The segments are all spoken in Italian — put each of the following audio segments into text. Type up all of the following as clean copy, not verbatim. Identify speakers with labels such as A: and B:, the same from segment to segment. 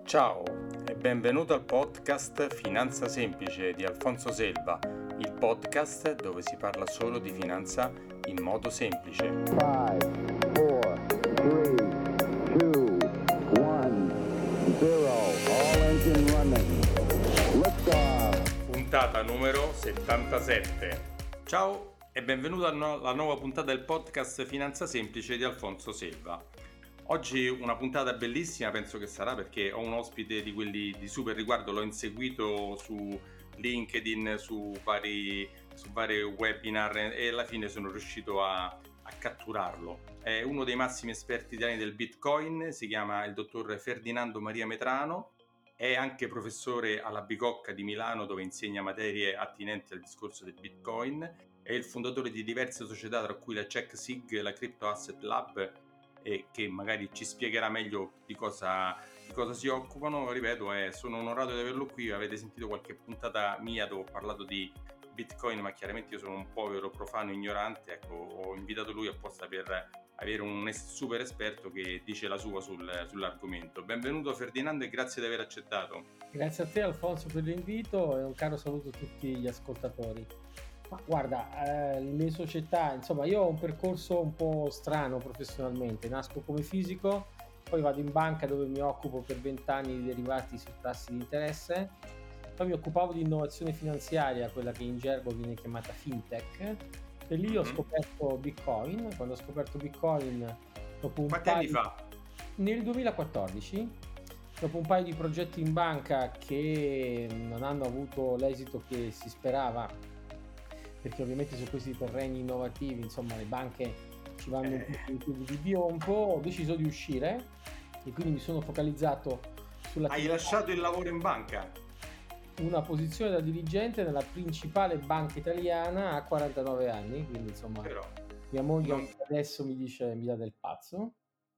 A: Ciao e benvenuto al podcast Finanza Semplice di Alfonso Selva, il podcast dove si parla solo di finanza in modo semplice.
B: 5, 4, 3, 2, 1, 0. All engine running. Liftoff.
A: Puntata numero 77. Ciao e benvenuto alla nuova puntata del podcast Finanza Semplice di Alfonso Selva. Oggi una puntata bellissima, penso che sarà, perché ho un ospite di quelli di super riguardo, l'ho inseguito su LinkedIn, su vari webinar e alla fine sono riuscito a catturarlo. È uno dei massimi esperti italiani del Bitcoin, si chiama il dottor Ferdinando Maria Metrano, è anche professore alla Bicocca di Milano dove insegna materie attinenti al discorso del Bitcoin, è il fondatore di diverse società tra cui la CheckSig e la Crypto Asset Lab, e che magari ci spiegherà meglio di cosa si occupano. Ripeto, sono onorato di averlo qui. Avete sentito qualche puntata mia dove ho parlato di Bitcoin, ma chiaramente io sono un povero profano ignorante. Ecco, ho invitato lui apposta per avere un super esperto che dice la sua sull'argomento. Benvenuto Ferdinando e grazie di aver accettato.
C: Grazie a te Alfonso per l'invito e un caro saluto a tutti gli ascoltatori. Ma guarda, le società, insomma, io ho un percorso un po' strano professionalmente, nasco come fisico, poi vado in banca dove mi occupo per 20 anni di derivati su tassi di interesse, poi mi occupavo di innovazione finanziaria, quella che in gergo viene chiamata fintech, e lì ho scoperto Bitcoin. Quando ho scoperto Bitcoin, dopo un
A: Quanti anni fa?
C: nel 2014, dopo un paio di progetti in banca che non hanno avuto l'esito che si sperava, perché ovviamente su questi terreni innovativi, insomma, le banche ci vanno un po' in piedi di piombo, ho deciso di uscire e quindi mi sono focalizzato
A: Hai
C: sull'attività,
A: lasciato il lavoro in banca?
C: una posizione da dirigente nella principale banca italiana a 49 anni, quindi insomma
A: Però
C: mia moglie
A: non...
C: ancora adesso mi dice mi dà del pazzo.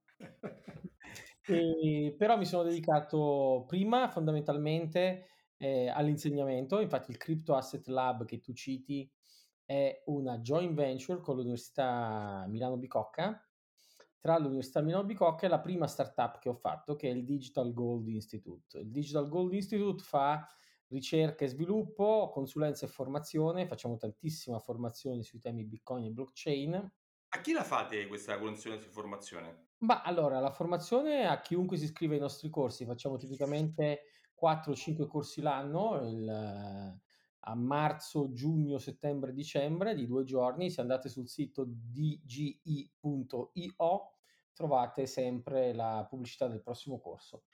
C: Però mi sono dedicato prima fondamentalmente all'insegnamento. Infatti il Crypto Asset Lab che tu citi è una joint venture con l'Università Milano Bicocca. Tra l'Università Milano Bicocca e la prima startup che ho fatto, che è il Digital Gold Institute. Il Digital Gold Institute fa ricerca e sviluppo, consulenza e formazione, facciamo tantissima formazione sui temi Bitcoin e blockchain.
A: A chi la fate questa consulenza di formazione?
C: Ma allora, la formazione a chiunque si iscrive ai nostri corsi, facciamo tipicamente 4 o 5 corsi l'anno, a marzo, giugno, settembre, dicembre, di 2 giorni. Se andate sul sito dgi.io trovate sempre la pubblicità del prossimo corso.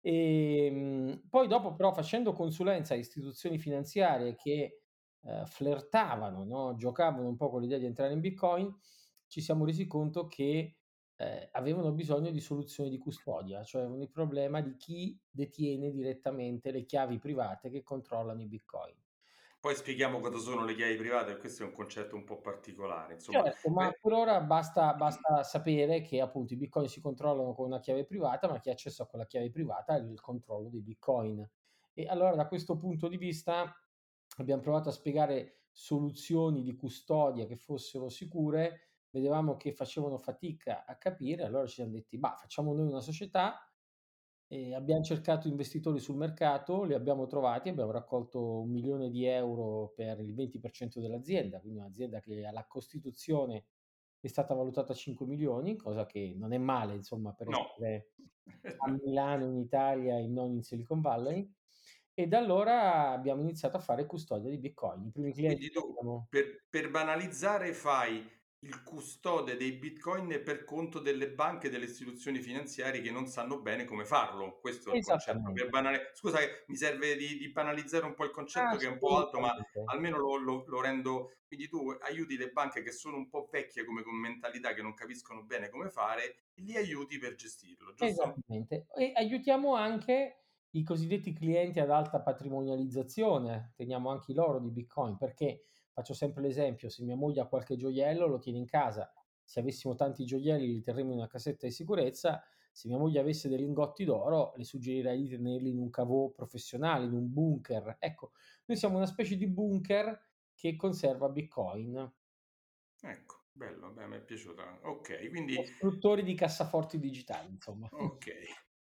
C: Poi dopo però facendo consulenza a istituzioni finanziarie che, flirtavano, no, giocavano un po' con l'idea di entrare in Bitcoin, ci siamo resi conto che avevano bisogno di soluzioni di custodia, cioè avevano il problema di chi detiene direttamente le chiavi private che controllano i Bitcoin.
A: Poi spieghiamo cosa sono le chiavi private, questo è un concetto un po' particolare, insomma.
C: Certo, ma per ora basta sapere che appunto i Bitcoin si controllano con una chiave privata, ma chi ha accesso a quella chiave privata ha il controllo dei Bitcoin. E allora da questo punto di vista abbiam provato a spiegare soluzioni di custodia che fossero sicure, vedevamo che facevano fatica a capire, allora ci siam detti: "Bah, facciamo noi una società". Abbiam cercato investitori sul mercato, li abbiamo trovati, abbiamo raccolto 1.000.000 € per il 20% dell'azienda, quindi un'azienda che alla costituzione è stata valutata a 5.000.000, cosa che non è male insomma per
A: No.
C: essere a Milano in Italia e non in Silicon Valley. E da allora abbiamo iniziato a fare custodia di Bitcoin. I primi clienti
A: Quindi
C: che
A: tu,
C: abbiamo.
A: per banalizzare, fai il custode dei Bitcoin per conto delle banche e delle istituzioni finanziarie che non sanno bene come farlo. Questo è il concetto.
C: Esattamente,
A: Scusa, mi serve di banalizzare un po' il concetto che è un po' alto, ma
C: assolutamente.
A: almeno lo rendo. Quindi tu aiuti le banche che sono un po' vecchie come mentalità, che non capiscono bene come fare, e li aiuti per gestirlo, giusto?
C: Esattamente. E aiutiamo anche i cosiddetti clienti ad alta patrimonializzazione, teniamo anche loro di Bitcoin, perché faccio sempre l'esempio, se mia moglie ha qualche gioiello lo tiene in casa, se avessimo tanti gioielli li terremmo in una cassetta di sicurezza, se mia moglie avesse dei lingotti d'oro le suggerirei di tenerli in un caveau professionale, in un bunker. Ecco, noi siamo una specie di bunker che conserva Bitcoin,
A: Ecco, bello, beh, mi è piaciuta. Ok, quindi
C: costruttori di cassaforti digitali, insomma.
A: okay.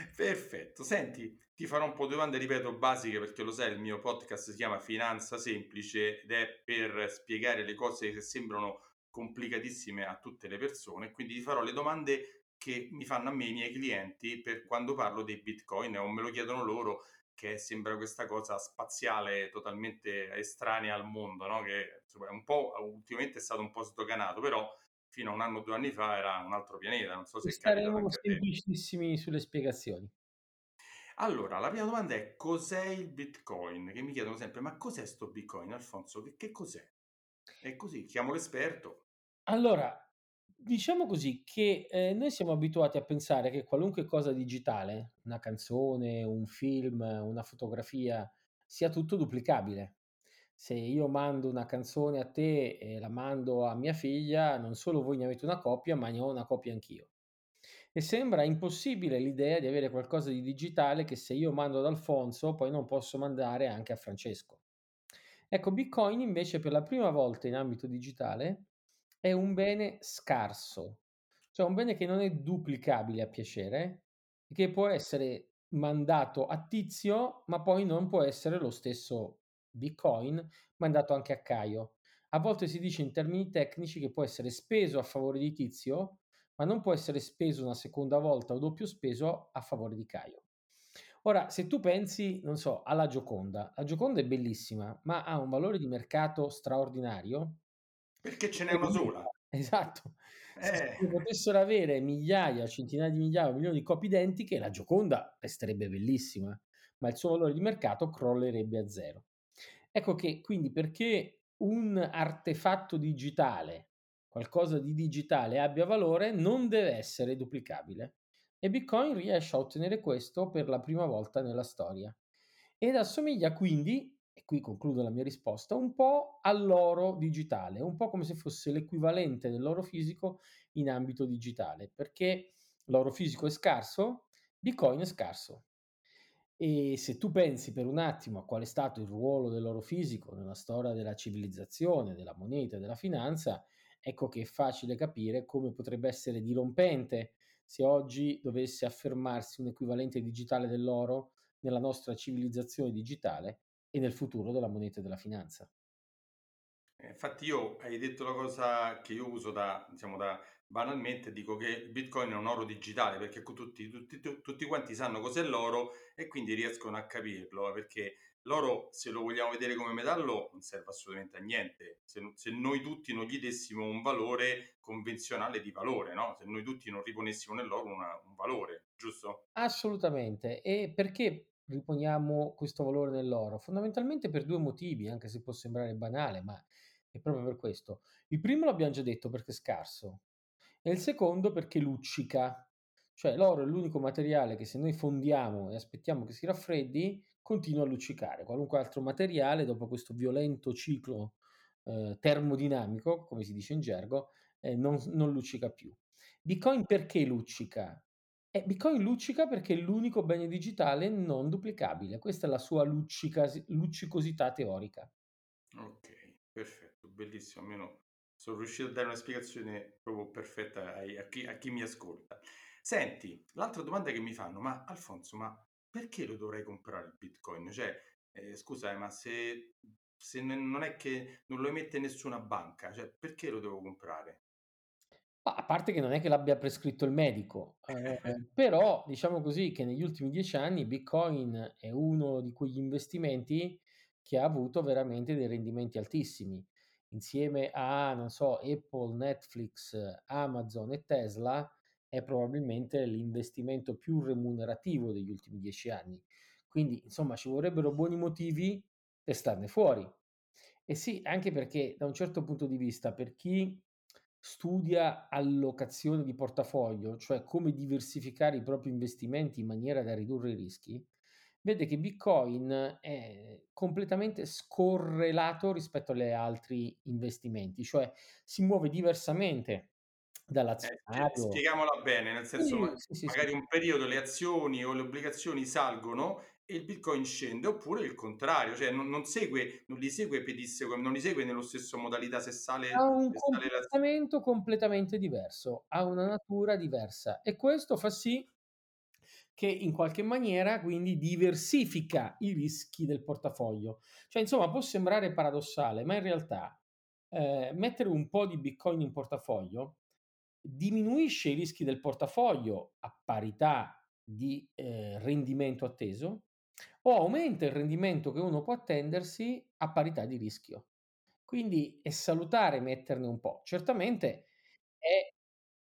A: Perfetto. Senti, ti farò un po' di domande, ripeto, basiche perché lo sai, il mio podcast si chiama Finanza Semplice ed è per spiegare le cose che sembrano complicatissime a tutte le persone. Quindi ti farò le domande che mi fanno a me i miei clienti per quando parlo dei Bitcoin o me lo chiedono loro, che sembra questa cosa spaziale totalmente estranea al mondo, no? Che insomma, è un po' ultimamente è stato un po' sdoganato, però fino a un anno o 2 anni fa era un altro pianeta, non so
C: E
A: se è capitato
C: staremo
A: anche a te.
C: semplicissimi sulle spiegazioni.
A: Allora, la prima domanda è: cos'è il Bitcoin? Che mi chiedono sempre: "Ma cos'è sto Bitcoin, Alfonso? Che cos'è?" E così chiamo l'esperto.
C: Allora, diciamo così che, noi siamo abituati a pensare che qualunque cosa digitale, una canzone, un film, una fotografia, sia tutto duplicabile. Se io mando una canzone a te e la mando a mia figlia, non solo voi ne avete una copia, ma ne ho una copia anch'io. E sembra impossibile l'idea di avere qualcosa di digitale che se io mando ad Alfonso, poi non posso mandare anche a Francesco. Ecco, Bitcoin invece per la prima volta in ambito digitale è un bene scarso, cioè un bene che non è duplicabile a piacere e che può essere mandato a Tizio, ma poi non può essere lo stesso Bitcoin mandato anche a Caio. A volte si dice in termini tecnici che può essere speso a favore di Tizio, ma non può essere speso una seconda volta o doppio speso a favore di Caio. Ora, se tu pensi, non so, alla Gioconda, la Gioconda è bellissima, ma ha un valore di mercato straordinario?
A: Perché ce n'è
C: Perché è
A: una
C: unica.
A: sola.
C: Esatto. Se
A: Eh.
C: se ne potessero avere migliaia, centinaia di migliaia, milioni di copie identiche, la Gioconda resterebbe bellissima, ma il suo valore di mercato crollerebbe a 0. Ecco che quindi perché un artefatto digitale, qualcosa di digitale abbia valore, non deve essere duplicabile. E Bitcoin riesce a ottenere questo per la prima volta nella storia. Ed assomiglia quindi, e qui concludo la mia risposta, un po' all'oro digitale, un po' come se fosse l'equivalente dell'oro fisico in ambito digitale, perché l'oro fisico è scarso, Bitcoin è scarso. E se tu pensi per un attimo a qual è stato il ruolo dell'oro fisico nella storia della civilizzazione, della moneta e della finanza, ecco che è facile capire come potrebbe essere dirompente se oggi dovesse affermarsi un equivalente digitale dell'oro nella nostra civilizzazione digitale e nel futuro della moneta e della finanza.
A: Infatti io hai detto la cosa che io uso da diciamo da banalmente, dico che il Bitcoin è un oro digitale, perché co tutti quanti sanno cos'è l'oro e quindi riescono a capirlo, perché l'oro, se lo vogliamo vedere come metallo, non serve assolutamente a niente. Se noi tutti non gli dessimo un valore convenzionale di valore, no, se noi tutti non riponessimo nell'oro una un valore, giusto?
C: Assolutamente. E perché riponiamo questo valore nell'oro? Fondamentalmente per 2 motivi, anche se può sembrare banale, ma è proprio per questo. Il primo l'abbiam già detto perché è scarso e il secondo perché luccica. Cioè l'oro è l'unico materiale che se noi fondiamo e aspettiamo che si raffreddi, continua a luccicare. Qualunque altro materiale dopo questo violento ciclo, termodinamico, come si dice in gergo, non luccica più. Bitcoin perché luccica? Bitcoin luccica perché è l'unico bene digitale non duplicabile. Questa è la sua luccicosità teorica.
A: Okay, perfetto, bellissimo. Almeno son riuscito a dare una spiegazione proprio perfetta a chi mi ascolta. Senti, l'altra domanda che mi fanno: "Ma Alfonso, ma perché lo dovrei comprare il Bitcoin? Cioè, scusa ma se non è che non lo emette nessuna banca, cioè perché lo devo comprare?"
C: Ma a parte che non è che l'abbia prescritto il medico, però diciamo così che negli ultimi 10 anni Bitcoin è uno di quegli investimenti che ha avuto veramente dei rendimenti altissimi. Insieme a, non so, Apple, Netflix, Amazon e Tesla, è probabilmente l'investimento più remunerativo degli ultimi 10 anni. Quindi, insomma, ci vorrebbero buoni motivi per starne fuori. Eh sì, anche perché da un certo punto di vista, per chi studia allocazione di portafoglio, cioè come diversificare i propri investimenti in maniera da ridurre i rischi, vede che Bitcoin è completamente scorrelato rispetto agli altri investimenti, cioè si muove diversamente dall'azionario.
A: Spieghiamola bene, nel senso
C: Sì, sì, sì, sì.
A: magari un periodo le azioni o le obbligazioni salgono e il Bitcoin scende, oppure il contrario, cioè non li segue pedissequo, non li segue nello stesso modalità
C: Ha un
A: se sale l'az
C: comportamento completamente diverso, ha una natura diversa e questo fa sì che in qualche maniera quindi diversifica i rischi del portafoglio. Cioè, insomma, può sembrare paradossale, ma in realtà mettere un po' di Bitcoin in portafoglio diminuisce i rischi del portafoglio a parità di rendimento atteso o aumenta il rendimento che uno può attendersi a parità di rischio. Quindi è salutare metterne un po'. Certamente è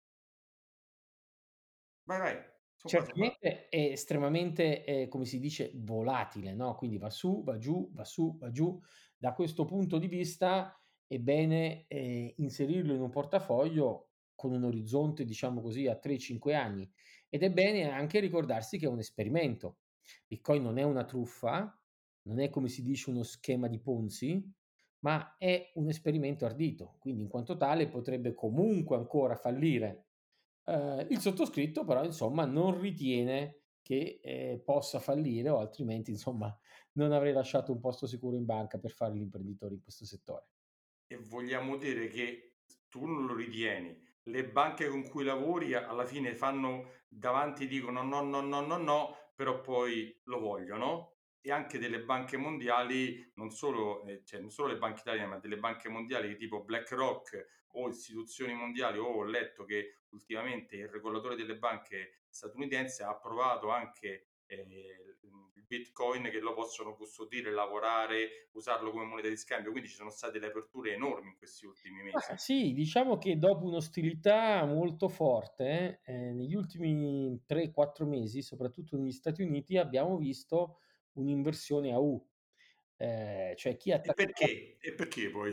A: Vai, vai, sono qua, sono qua.
C: Certamente è estremamente, come si dice, volatile, no, quindi va su, va giù, va su, va giù. Da questo punto di vista è bene, inserirlo in un portafoglio con un orizzonte, diciamo così, a 3, 5 anni ed è bene anche ricordarsi che è un esperimento. Bitcoin non è una truffa, non è, come si dice, uno schema di Ponzi, ma è un esperimento ardito, quindi in quanto tale potrebbe comunque ancora fallire. Il sottoscritto però insomma non ritiene che, possa fallire o altrimenti insomma non avrei lasciato un posto sicuro in banca per fare l'imprenditore in questo settore.
A: E vogliamo dire che tu non lo ritieni, le banche con cui lavori alla fine fanno davanti, dicono no, no, no, no, no, però poi lo vogliono. E anche delle banche mondiali, non solo, cioè, non solo le banche italiane, ma delle banche mondiali tipo BlackRock o istituzioni mondiali, o ho letto che ultimamente il regolatore delle banche statunitense ha approvato anche il Bitcoin, che lo possono custodire, lavorare, usarlo come moneta di scambio, quindi ci sono state delle aperture enormi in questi ultimi
C: Ma
A: mesi.
C: sì, diciamo che dopo un'ostilità molto forte, negli ultimi 3, 4 mesi, soprattutto negli Stati Uniti, abbiamo visto un'inversione a U. Cioè chi
A: E
C: attaccava.
A: perché? E perché poi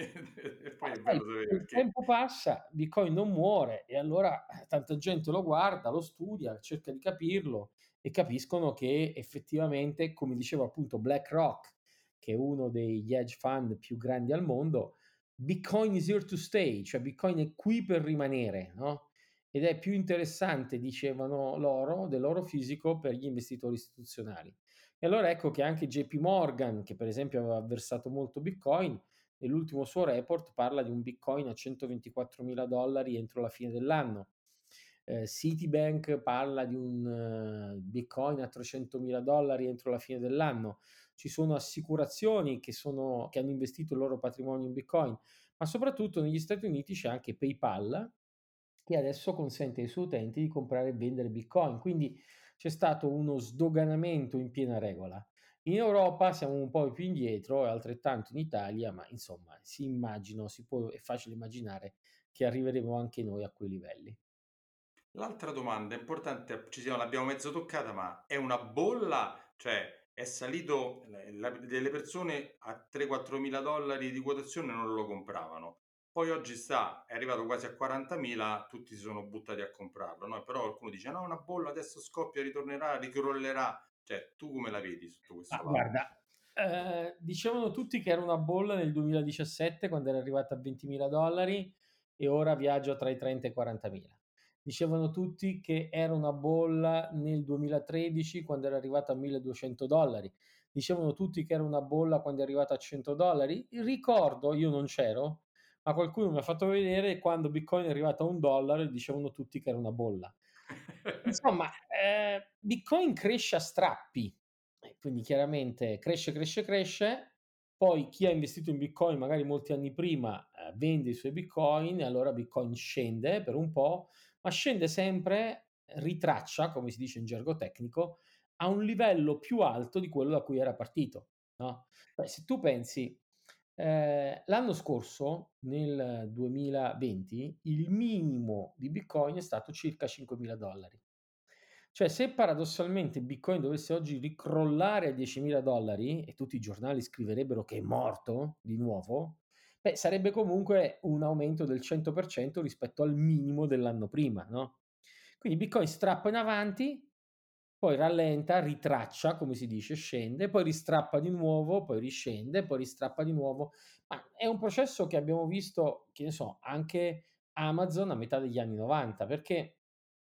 A: e poi è
C: Sai,
A: bello sapere
C: il
A: perché.
C: tempo passa, Bitcoin non muore e allora tanta gente lo guarda, lo studia, cerca di capirlo e capiscono che effettivamente, come diceva appunto BlackRock, che è uno degli hedge fund più grandi al mondo, Bitcoin is here to stay, cioè Bitcoin è qui per rimanere, no? Ed è più interessante, dicevano loro, dell'oro fisico per gli investitori istituzionali. E allora ecco che anche JP Morgan, che per esempio aveva versato molto Bitcoin, nell'ultimo suo report parla di un Bitcoin a 124.000 dollari entro la fine dell'anno. Citibank parla di un Bitcoin a 300.000 dollari entro la fine dell'anno. Ci sono assicurazioni che hanno investito il loro patrimonio in Bitcoin, ma soprattutto negli Stati Uniti c'è anche PayPal che adesso consente ai suoi utenti di comprare e vendere Bitcoin. Quindi c'è stato uno sdoganamento in piena regola. In Europa siamo un po' più indietro e altrettanto in Italia, ma insomma è facile immaginare che arriveremo anche noi a quei livelli.
A: L'altra domanda importante, l'abbiamo mezzo toccata, ma è una bolla? Cioè, è salito, delle persone a 3-4 mila dollari di quotazione non lo compravano. Poi oggi è arrivato quasi a 40.000, tutti si sono buttati a comprarlo, no? Però qualcuno dice, no, è una bolla, adesso scoppia, ritornerà, ricrollerà. Cioè, tu come la vedi sotto
C: Ma
A: questo lato?
C: guarda, dicevano tutti che era una bolla nel 2017 quando era arrivata a 20.000 dollari e ora viaggia tra i 30 e i 40.000. Dicevano tutti che era una bolla nel 2013 quando era arrivata a 1.200 dollari. Dicevano tutti che era una bolla quando è arrivata a 100 dollari. Ricordo, io non c'ero, ma qualcuno mi ha fatto vedere quando Bitcoin è arrivato a un dollaro e dicevano tutti che era una bolla. Insomma, Bitcoin cresce a strappi, e quindi chiaramente cresce, cresce, cresce, poi chi ha investito in Bitcoin magari molti anni prima, vende i suoi Bitcoin e allora Bitcoin scende per un po', ma scende sempre, ritraccia, come si dice in gergo tecnico, a un livello più alto di quello da cui era partito, no? Beh, se tu pensi, l'anno scorso, nel 2020, il minimo di Bitcoin è stato circa 5.000 dollari. Cioè, se paradossalmente Bitcoin dovesse oggi ricrollare a 10.000 dollari e tutti i giornali scriverebbero che è morto di nuovo, beh, sarebbe comunque un aumento del 100% rispetto al minimo dell'anno prima, no? Quindi Bitcoin strappa in avanti, poi rallenta, ritraccia, come si dice, scende, poi ristrappa di nuovo, poi riscende, poi ristrappa di nuovo. Ma è un processo che abbiamo visto, che ne so, anche Amazon a metà degli anni '90, perché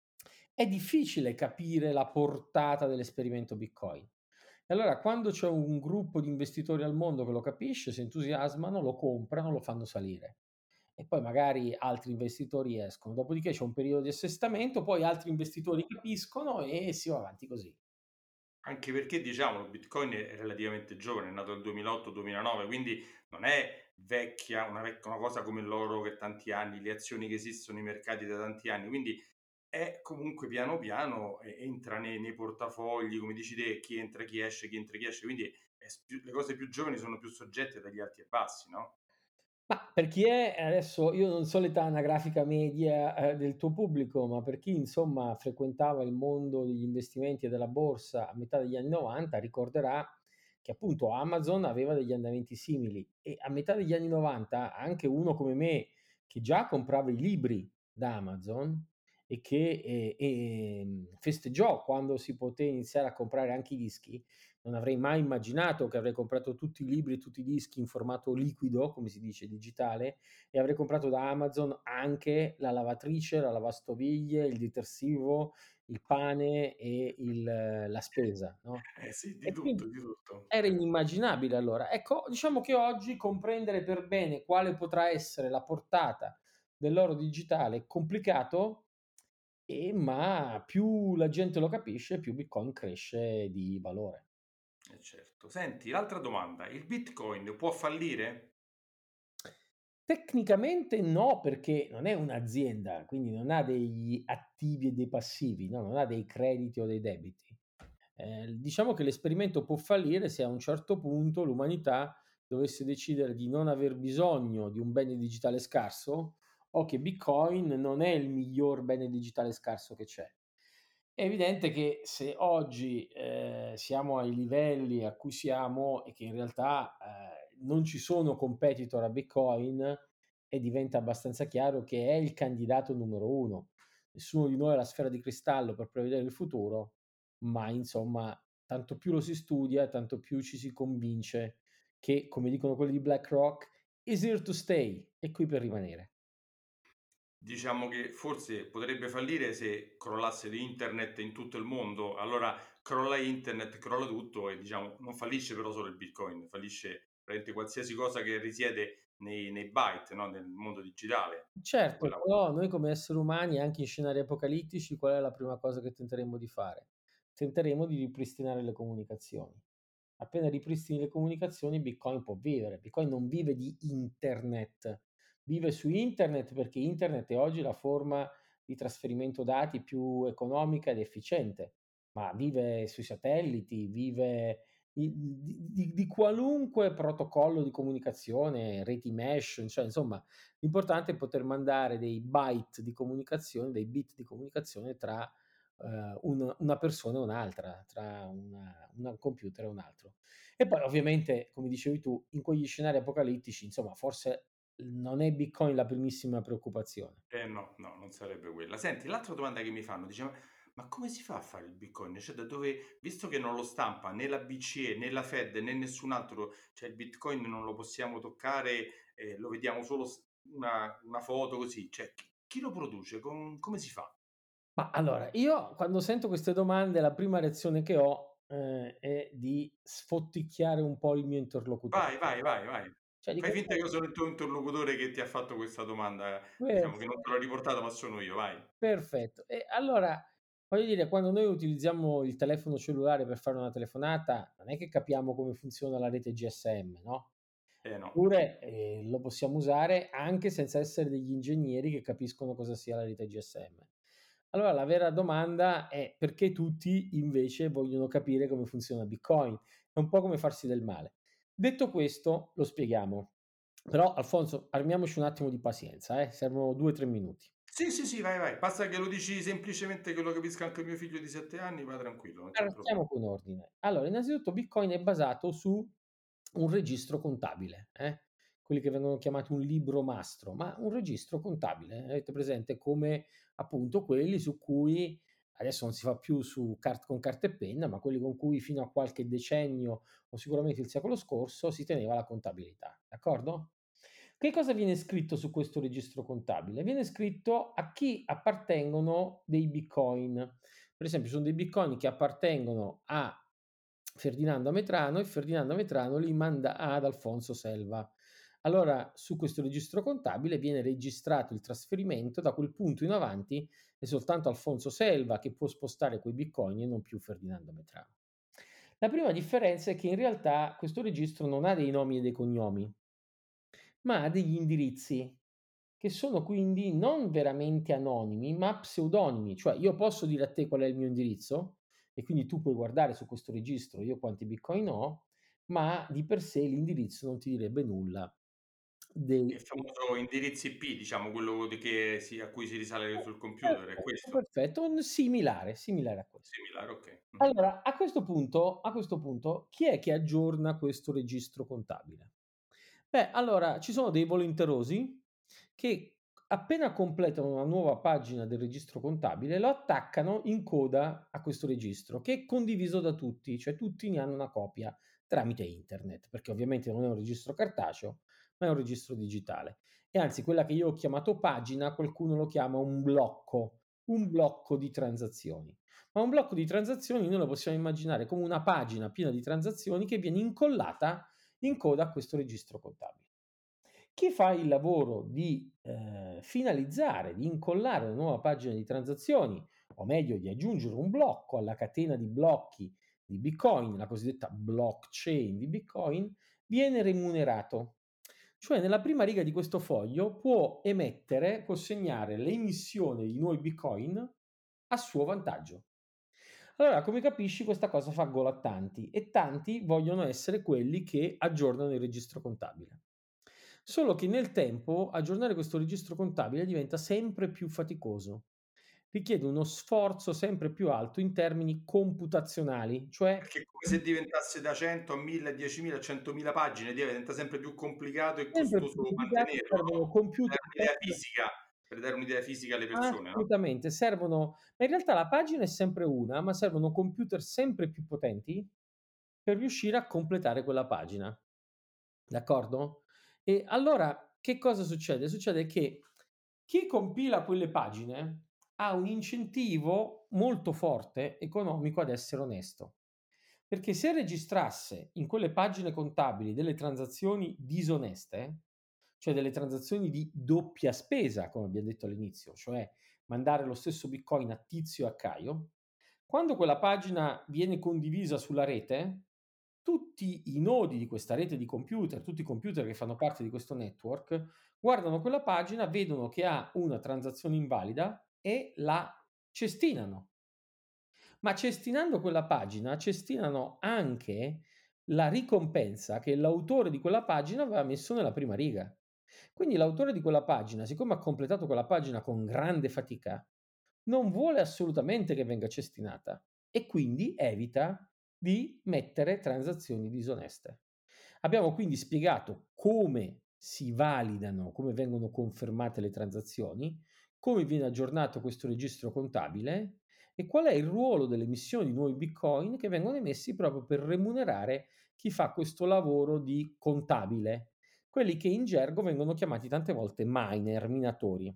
C: è difficile capire la portata dell'esperimento Bitcoin. E allora quando c'è un gruppo di investitori al mondo che lo capisce, si entusiasmano, lo comprano, lo fanno salire. e poi magari altri investitori escono. Dopodiché c'è un periodo di assestamento, poi altri investitori capiscono e si va avanti così.
A: Anche perché diciamolo, Bitcoin è relativamente giovane, è nato nel 2008-2009, quindi non è vecchia, una cosa come l'oro che ha tanti anni, le azioni che esistono, i mercati da tanti anni, quindi è comunque piano piano entra nei portafogli, come dici te, chi entra, chi esce, chi entra, chi esce, quindi le cose più giovani sono più soggette dagli alti e bassi, no?
C: Ma per chi è adesso io non so l'età anagrafica media, del tuo pubblico, ma per chi insomma frequentava il mondo degli investimenti e della borsa a metà degli anni '90 ricorderà che appunto Amazon aveva degli andamenti simili e a metà degli anni '90 anche uno come me, che già comprava i libri da Amazon e che, festeggiò quando si poté iniziare a comprare anche i dischi, non avrei mai immaginato che avrei comprato tutti i libri e tutti i dischi in formato liquido, come si dice, digitale, e avrei comprato da Amazon anche la lavatrice, la lavastoviglie, il detersivo, il pane e la spesa, no,
A: Eh sì, di
C: e
A: tutto,
C: quindi
A: di tutto.
C: era inimmaginabile allora. Ecco, diciamo che oggi comprendere per bene quale potrà essere la portata dell'oro digitale è complicato, ma più la gente lo capisce, più Bitcoin cresce di valore.
A: Certo. Senti, l'altra domanda, il Bitcoin può fallire?
C: Tecnicamente no, perché non è un'azienda, quindi non ha degli attivi e dei passivi, no, non ha dei crediti o dei debiti. Diciamo che l'esperimento può fallire se a un certo punto l'umanità dovesse decidere di non aver bisogno di un bene digitale scarso o che Bitcoin non è il miglior bene digitale scarso che c'è. È evidente che se oggi, siamo ai livelli a cui siamo e che in realtà, non ci sono competitor a Bitcoin e diventa abbastanza chiaro che è il candidato numero 1. Nessuno di noi ha la sfera di cristallo per prevedere il futuro, ma insomma tanto più lo si studia, tanto più ci si convince che, come dicono quelli di BlackRock, "is here to stay", è qui per rimanere.
A: Diciamo che forse potrebbe fallire se crollasse di internet in tutto il mondo, allora crolla internet, crolla tutto e diciamo non fallisce però solo il Bitcoin, fallisce praticamente qualsiasi cosa che risiede nei byte, no, nel mondo digitale. E
C: Certo,
A: quella
C: però noi come esseri umani, anche in scenari apocalittici, qual è la prima cosa che tenteremo di fare? Tenteremo di ripristinare le comunicazioni. Appena ripristini le comunicazioni, Bitcoin può vivere. Bitcoin non vive di internet, vive su internet perché internet è oggi la forma di trasferimento dati più economica ed efficiente, ma vive sui satelliti, vive di qualunque protocollo di comunicazione, reti mesh, cioè insomma l'importante è poter mandare dei byte di comunicazione, dei bit di comunicazione tra, una persona e un'altra, tra un computer e un altro. E poi ovviamente, come dicevi tu, in quegli scenari apocalittici, insomma, forse non è Bitcoin la primissima preoccupazione.
A: eh no, no, non sarebbe quella. Senti, l'altra domanda che mi fanno, dice: "Ma come si fa a fare il Bitcoin? Cioè da dove visto che non lo stampa né la BCE, né la Fed, né nessun altro, cioè il Bitcoin non lo possiamo toccare, lo vediamo solo una foto così, cioè chi lo produce? Come si fa?"
C: Ma allora, io quando sento queste domande la prima reazione che ho, è di sfotticchiare un po' il mio interlocutore.
A: Vai, vai, vai, vai.
C: Cioè
A: Fai
C: dico:
A: finta che io sono il tuo interlocutore che ti ha fatto questa domanda, diciamo che non te l'ho riportata, ma sono io, vai.
C: Perfetto. E allora, voglio dire, quando noi utilizziamo il telefono cellulare per fare una telefonata, non è che capiamo come funziona la rete GSM, no,
A: Eh no.
C: eppure, lo possiamo usare anche senza essere degli ingegneri che capiscono cosa sia la rete GSM. Allora la vera domanda è: perché tutti invece vogliono capire come funziona Bitcoin? È un po' come farsi del male. Detto questo, lo spieghiamo. Però Alfonso, armiamoci un attimo di pazienza, servono 2, 3 minuti.
A: Sì, sì, sì, vai, vai. Basta che lo dici semplicemente che lo capisca anche mio figlio di 7 anni, vai tranquillo, non c'è
C: Partiamo
A: problema.
C: con ordine. Allora, innanzitutto Bitcoin è basato su un registro contabile, quelli che vengono chiamati un libro mastro, ma un registro contabile. Avete presente come appunto quelli su cui adesso non si fa più con carta e penna, ma quelli con cui fino a qualche decennio o sicuramente il secolo scorso si teneva la contabilità, d'accordo? Che cosa viene scritto su questo registro contabile? Viene scritto a chi appartengono dei Bitcoin. Per esempio, ci sono dei Bitcoin che appartengono a Ferdinando Ametrano e Ferdinando Ametrano li manda ad Alfonso Selva. Allora su questo registro contabile viene registrato il trasferimento, da quel punto in avanti è soltanto Alfonso Selva che può spostare quei bitcoin e non più Ferdinando Metrano. La prima differenza è che in realtà questo registro non ha dei nomi e dei cognomi, ma ha degli indirizzi, che sono quindi non veramente anonimi, ma pseudonimi. Cioè io posso dire a te qual è il mio indirizzo e quindi tu puoi guardare su questo registro io quanti bitcoin ho, ma di per sé l'indirizzo non ti direbbe nulla
A: Il
C: dei
A: famoso indirizzo IP, diciamo, quello a cui si risale sul computer, è
C: perfetto,
A: questo?
C: perfetto, un similare a questo.
A: Similare, ok. Mhm.
C: Allora, a questo punto, chi è che aggiorna questo registro contabile? Beh, allora ci sono dei volenterosi che appena completano una nuova pagina del registro contabile lo attaccano in coda a questo registro, che è condiviso da tutti, cioè tutti ne hanno una copia tramite internet, perché ovviamente non è un registro cartaceo, ma è un registro digitale. E anzi, quella che io ho chiamato pagina, qualcuno lo chiama un blocco di transazioni. Ma un blocco di transazioni noi lo possiamo immaginare come una pagina piena di transazioni che viene incollata in coda a questo registro contabile. Chi fa il lavoro di finalizzare, di incollare una nuova pagina di transazioni, o meglio di aggiungere un blocco alla catena di blocchi di Bitcoin, la cosiddetta blockchain di Bitcoin, viene remunerato. Cioè nella prima riga di questo foglio può segnare l'emissione di nuovi Bitcoin a suo vantaggio. Allora, come capisci, questa cosa fa gola a tanti e tanti vogliono essere quelli che aggiornano il registro contabile. Solo che nel tempo aggiornare questo registro contabile diventa sempre più faticoso. Richiede uno sforzo sempre più alto in termini computazionali, cioè
A: Perché è come se diventasse da 100 a 1000, 10.000, a 100.000 pagine, diventa sempre più complicato e
C: sempre più
A: costoso
C: complicato,
A: mantenerlo,
C: servono
A: no?
C: computer sempre.
A: Per dare un'idea fisica alle persone, no?
C: Assolutamente, servono, ma in realtà la pagina è sempre una, ma servono computer sempre più potenti per riuscire a completare quella pagina, d'accordo? E allora che cosa succede? Succede che chi compila quelle pagine ha un incentivo molto forte economico ad essere onesto, perché se registrasse in quelle pagine contabili delle transazioni disoneste, cioè delle transazioni di doppia spesa, come abbiamo detto all'inizio, cioè mandare lo stesso Bitcoin a Tizio e a Caio, quando quella pagina viene condivisa sulla rete, tutti i nodi di questa rete di computer, tutti i computer che fanno parte di questo network, guardano quella pagina, vedono che ha una transazione invalida e la cestinano. Ma cestinando quella pagina, cestinano anche la ricompensa che l'autore di quella pagina aveva messo nella prima riga. Quindi l'autore di quella pagina, siccome ha completato quella pagina con grande fatica, non vuole assolutamente che venga cestinata e quindi evita di mettere transazioni disoneste. Abbiamo quindi spiegato come si validano, come vengono confermate le transazioni, come viene aggiornato questo registro contabile e qual è il ruolo delle emissioni di nuovi bitcoin che vengono emessi proprio per remunerare chi fa questo lavoro di contabile, quelli che in gergo vengono chiamati tante volte miner, minatori.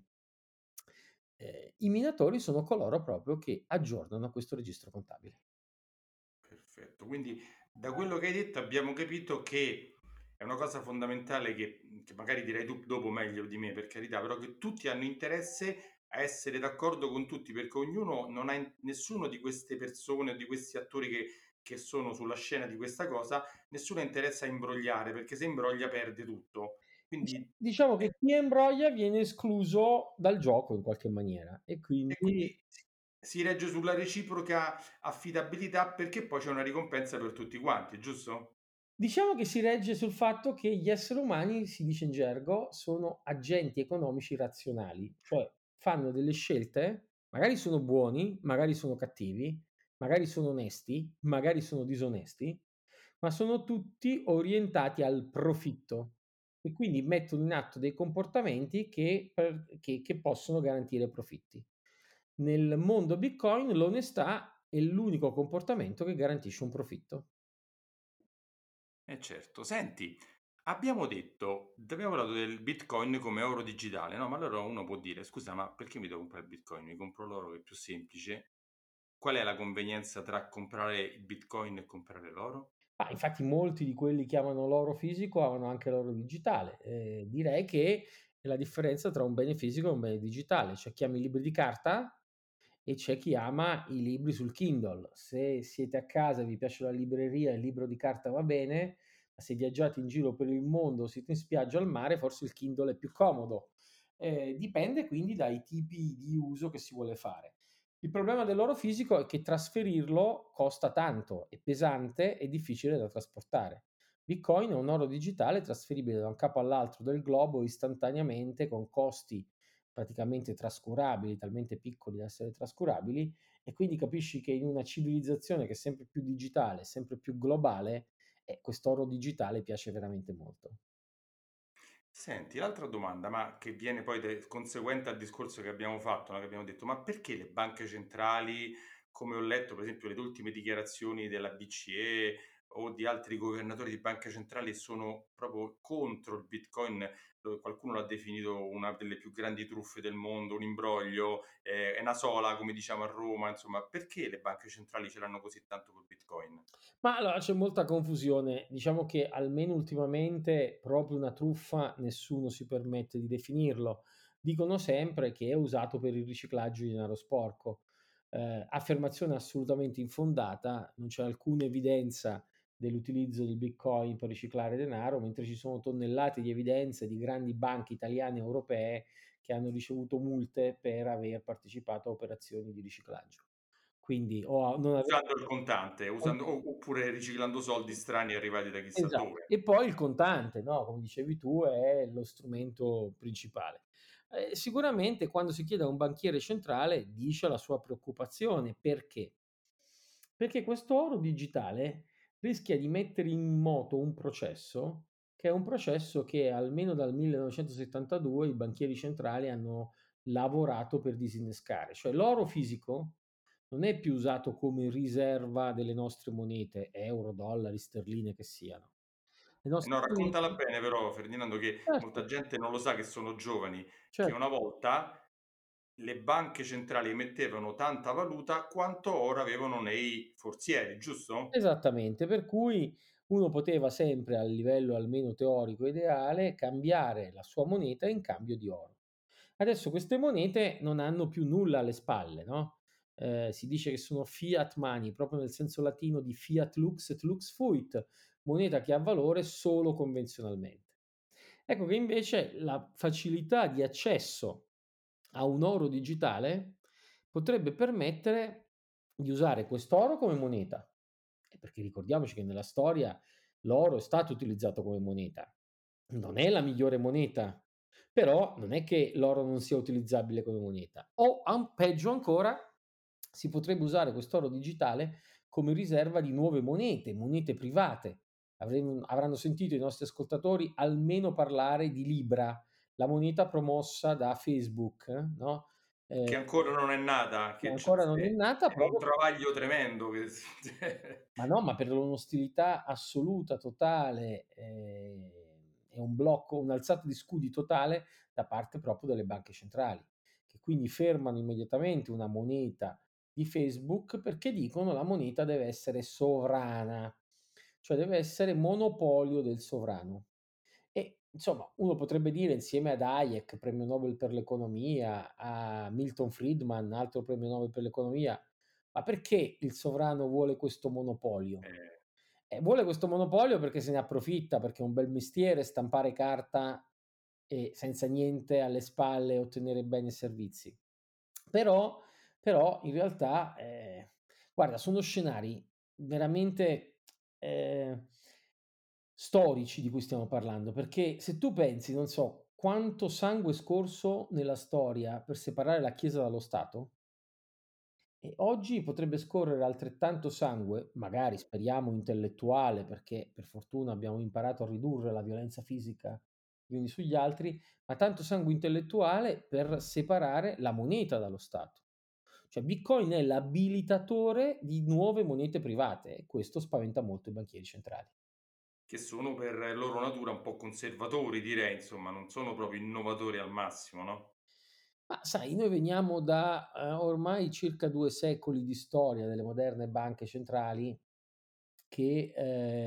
C: I minatori sono coloro proprio che aggiornano questo registro contabile.
A: Perfetto. Quindi da quello che hai detto abbiamo capito che è una cosa fondamentale che magari direi tu dopo meglio di me, per carità, però che tutti hanno interesse a essere d'accordo con tutti, perché ognuno non ha nessuno di queste persone o di questi attori che sono sulla scena di questa cosa, nessuno interessa a imbrogliare, perché se imbroglia perde tutto. Quindi
C: Diciamo
A: è
C: che chi imbroglia viene escluso dal gioco in qualche maniera e
A: E
C: quindi
A: quindi si regge sulla reciproca affidabilità perché poi c'è una ricompensa per tutti quanti, giusto?
C: diciamo che si regge sul fatto che gli esseri umani, si dice in gergo, sono agenti economici razionali, cioè fanno delle scelte, magari sono buoni, magari sono cattivi, magari sono onesti, magari sono disonesti, ma sono tutti orientati al profitto e quindi mettono in atto dei comportamenti che possono garantire profitti. Nel mondo Bitcoin l'onestà è l'unico comportamento che garantisce un profitto.
A: Eh certo. Senti, abbiamo parlato del Bitcoin come oro digitale, no? Ma allora uno può dire, scusa, ma perché mi devo comprare il Bitcoin? Mi compro l'oro che è più semplice. Qual è la convenienza tra comprare il Bitcoin e comprare l'oro?
C: Ma infatti molti di quelli che amano l'oro fisico amano anche l'oro digitale. Direi che la differenza tra un bene fisico e un bene digitale. C'è chi ama i libri di carta e c'è chi ama i libri sul Kindle. Se siete a casa e vi piace la libreria, il libro di carta va bene, ma se viaggiate in giro per il mondo, siete in spiaggia al mare, forse il Kindle è più comodo. Dipende quindi dai tipi di uso che si vuole fare. Il problema dell'oro fisico è che trasferirlo costa tanto, è pesante e difficile da trasportare. Bitcoin è un oro digitale trasferibile da un capo all'altro del globo istantaneamente con costi praticamente trascurabili, talmente piccoli da essere trascurabili, e quindi capisci che in una civilizzazione che è sempre più digitale, sempre più globale, quest'oro digitale piace veramente molto.
A: Senti, l'altra domanda, ma che viene poi conseguente al discorso che abbiamo fatto, no? Che abbiamo detto, ma perché le banche centrali, come ho letto per esempio le ultime dichiarazioni della BCE o di altri governatori di banche centrali, sono proprio contro il Bitcoin? Qualcuno l'ha definito una delle più grandi truffe del mondo, un imbroglio, è una sola, come diciamo a Roma, insomma, perché le banche centrali ce l'hanno così tanto col Bitcoin?
C: Ma allora c'è molta confusione. Diciamo che almeno ultimamente proprio una truffa nessuno si permette di definirlo. Dicono sempre che è usato per il riciclaggio di denaro sporco. Affermazione assolutamente infondata, non c'è alcuna evidenza dell'utilizzo del Bitcoin per riciclare denaro, mentre ci sono tonnellate di evidenze di grandi banche italiane e europee che hanno ricevuto multe per aver partecipato a operazioni di riciclaggio. Quindi o a non aver
A: Usando il contante, oppure riciclando soldi strani arrivati da chissà
C: Esatto.
A: dove.
C: E poi il contante, no, come dicevi tu, è lo strumento principale. Sicuramente quando si chiede a un banchiere centrale dice la sua preoccupazione. Perché? Perché questo oro digitale rischia di mettere in moto un processo, che è un processo che almeno dal 1972 i banchieri centrali hanno lavorato per disinnescare. Cioè l'oro fisico non è più usato come riserva delle nostre monete, euro, dollari, sterline che siano. Le nostre
A: No, raccontala
C: monete
A: bene però Ferdinando, che
C: certo,
A: molta gente non lo sa, che sono giovani, che
C: certo.
A: una volta le banche centrali emettevano tanta valuta quanto oro avevano nei forzieri, giusto?
C: Esattamente, per cui uno poteva sempre, a livello almeno teorico ideale, cambiare la sua moneta in cambio di oro. Adesso queste monete non hanno più nulla alle spalle, no, si dice che sono fiat money, proprio nel senso latino di fiat lux et lux fuit, moneta che ha valore solo convenzionalmente. Ecco che invece la facilità di accesso a un oro digitale potrebbe permettere di usare quest'oro come moneta. Perché ricordiamoci che nella storia l'oro è stato utilizzato come moneta. Non è la migliore moneta, però non è che l'oro non sia utilizzabile come moneta. O peggio ancora, si potrebbe usare quest'oro digitale come riserva di nuove monete, monete private. Avranno sentito i nostri ascoltatori almeno parlare di Libra, la moneta promossa da Facebook, no? Ehm,
A: Che ancora non è nata,
C: che
A: che
C: ancora non è nata
A: è un
C: proprio.
A: travaglio tremendo che
C: Ma no, ma per un'ostilità assoluta, totale, e un blocco, un'alzata di scudi totale da parte proprio delle banche centrali, che quindi fermano immediatamente una moneta di Facebook perché dicono: "La moneta deve essere sovrana", cioè deve essere monopolio del sovrano. E insomma, uno potrebbe dire insieme ad Hayek, premio Nobel per l'economia, a Milton Friedman, altro premio Nobel per l'economia: "Ma perché il sovrano vuole questo monopolio?"
A: eh,
C: Vuole questo monopolio perché se ne approfitta, perché è un bel mestiere stampare carta e senza niente alle spalle ottenere beni e servizi. Però però in realtà, guarda, sono scenari veramente, storici di cui stiamo parlando, perché se tu pensi, non so, quanto sangue è scorso nella storia per separare la Chiesa dallo Stato, e oggi potrebbe scorrere altrettanto sangue, magari speriamo intellettuale, perché per fortuna abbiamo imparato a ridurre la violenza fisica gli uni sugli altri, ma tanto sangue intellettuale per separare la moneta dallo Stato. Cioè Bitcoin è l'abilitatore di nuove monete private e questo spaventa molto i banchieri centrali.
A: che sono per loro natura un po' conservatori direi, insomma, non sono proprio innovatori al massimo, no?
C: Ma sai, noi veniamo da, ormai circa 2 secoli di storia delle moderne banche centrali che,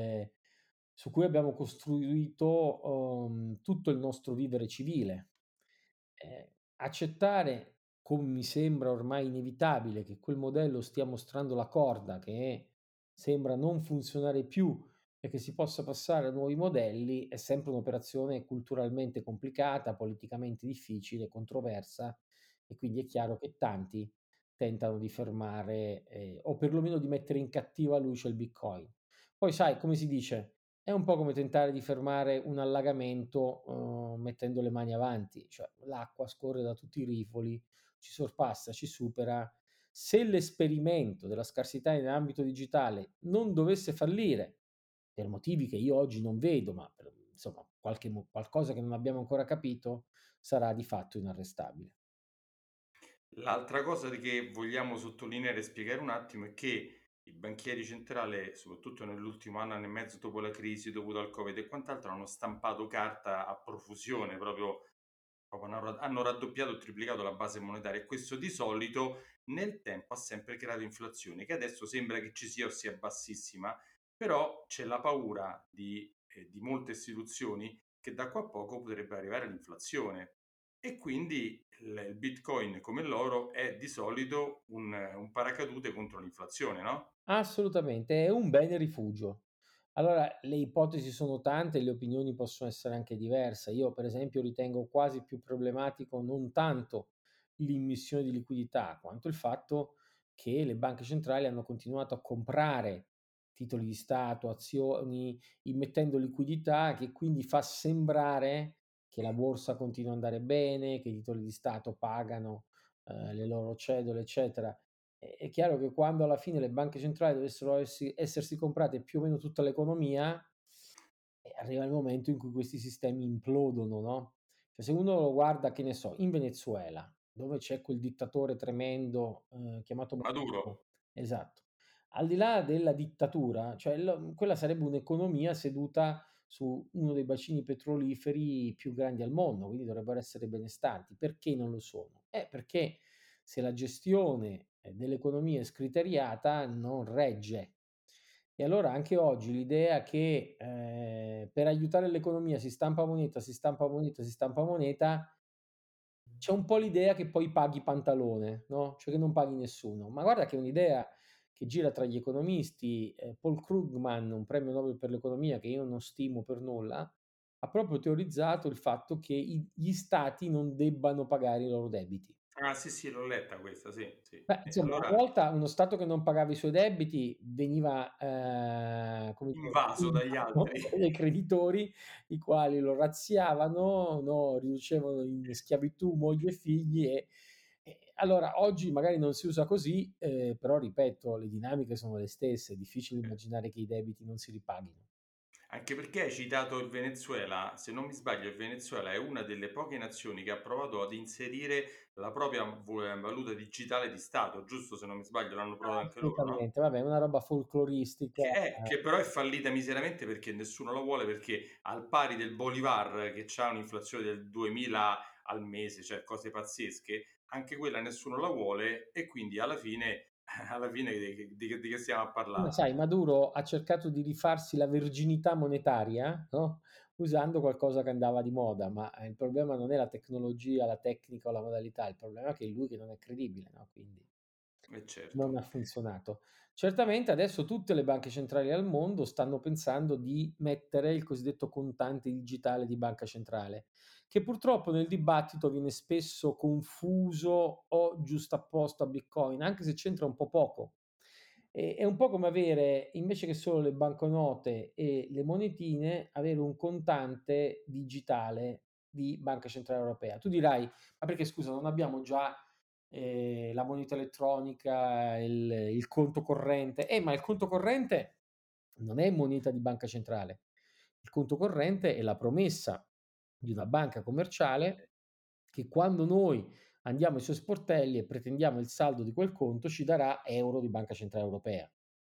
C: su cui abbiamo costruito, tutto il nostro vivere civile. Accettare, come mi sembra ormai inevitabile, che quel modello stia mostrando la corda, che sembra non funzionare più e che si possa passare a nuovi modelli, è sempre un'operazione culturalmente complicata, politicamente difficile, controversa, e quindi è chiaro che tanti tentano di fermare, o perlomeno di mettere in cattiva luce il Bitcoin. Poi sai, come si dice, è un po' come tentare di fermare un allagamento, mettendo le mani avanti, cioè l'acqua scorre da tutti i rifoli, ci sorpassa, ci supera. Se l'esperimento della scarsità in ambito digitale non dovesse fallire, per motivi che io oggi non vedo, ma per insomma qualcosa che non abbiamo ancora capito, sarà di fatto inarrestabile.
A: L'altra cosa che vogliamo sottolineare e spiegare un attimo è che i banchieri centrali, soprattutto nell'ultimo anno e mezzo dopo la crisi dovuta al Covid e quant'altro, hanno stampato carta a profusione, proprio hanno raddoppiato o triplicato la base monetaria, e questo di solito nel tempo ha sempre creato inflazione, che adesso sembra che ci sia o sia bassissima, però c'è la paura di molte istituzioni che da qua a poco potrebbe arrivare l'inflazione. E quindi il Bitcoin, come l'oro, è di solito un paracadute contro l'inflazione, no?
C: Assolutamente, è un bene rifugio. Allora, le ipotesi sono tante e le opinioni possono essere anche diverse. Io, per esempio, ritengo quasi più problematico non tanto l'immissione di liquidità, quanto il fatto che le banche centrali hanno continuato a comprare titoli di Stato, azioni, immettendo liquidità, che quindi fa sembrare che la borsa continua ad andare bene, che i titoli di Stato pagano, le loro cedole, eccetera. È chiaro che quando alla fine le banche centrali dovessero essersi comprate più o meno tutta l'economia, arriva il momento in cui questi sistemi implodono, no, cioè se uno lo guarda, che ne so, in Venezuela, dove c'è quel dittatore tremendo, chiamato
A: Maduro.
C: Maduro, esatto. Al di là della dittatura, cioè quella sarebbe un'economia seduta su uno dei bacini petroliferi più grandi al mondo, quindi dovrebbero essere benestanti. Perché non lo sono? Perché se la gestione, dell'economia è scriteriata non regge. E allora anche oggi l'idea che, per aiutare l'economia si stampa moneta, si stampa moneta, si stampa moneta, c'è un po' l'idea che poi paghi pantalone, no, cioè che non paghi nessuno. Ma guarda che è un'idea che gira tra gli economisti. Paul Krugman, un premio Nobel per l'economia che io non stimo per nulla, ha proprio teorizzato il fatto che gli stati non debbano pagare i loro debiti.
A: Ah, sì, sì, l'ho letta questa, sì, sì.
C: Beh,
A: E
C: insomma, una
A: allora,
C: volta uno Stato che non pagava i suoi debiti veniva, come dire,
A: invaso dagli
C: invaso
A: altri.
C: dai creditori, i quali lo razziavano, no, riducevano in schiavitù moglie e figli, e allora oggi magari non si usa così, però ripeto, le dinamiche sono le stesse, è difficile immaginare che i debiti non si ripaghino.
A: Anche perché hai citato il Venezuela, se non mi sbaglio il Venezuela è una delle poche nazioni che ha provato ad inserire la propria valuta digitale di Stato, giusto? Se non mi sbaglio l'hanno provato anche loro, no?
C: Assolutamente, vabbè, è una roba folcloristica.
A: Che però è fallita miseramente perché nessuno lo vuole, perché al pari del Bolivar che c'ha un'inflazione del 2000 al mese, cioè cose pazzesche, anche quella nessuno la vuole e quindi alla fine alla fine di che stiamo a
C: Ma
A: parlare?
C: sai, Maduro ha cercato di rifarsi la verginità monetaria, no, usando qualcosa che andava di moda, ma, il problema non è la tecnologia, la tecnica o la modalità, il problema è che è lui che non è credibile, no, quindi
A: Certo.
C: non ha funzionato. Certamente adesso tutte le banche centrali al mondo stanno pensando di mettere il cosiddetto contante digitale di banca centrale, che purtroppo nel dibattito viene spesso confuso o giustapposto a Bitcoin, anche se c'entra un po' poco. È un po' come avere, invece che solo le banconote e le monetine, avere un contante digitale di Banca Centrale Europea. Tu dirai: "Ma perché scusa, non abbiamo già, la moneta elettronica, il conto corrente?" Ma il conto corrente non è moneta di banca centrale. Il conto corrente è la promessa di una banca commerciale che quando noi andiamo ai suoi sportelli e pretendiamo il saldo di quel conto, ci darà euro di Banca Centrale Europea.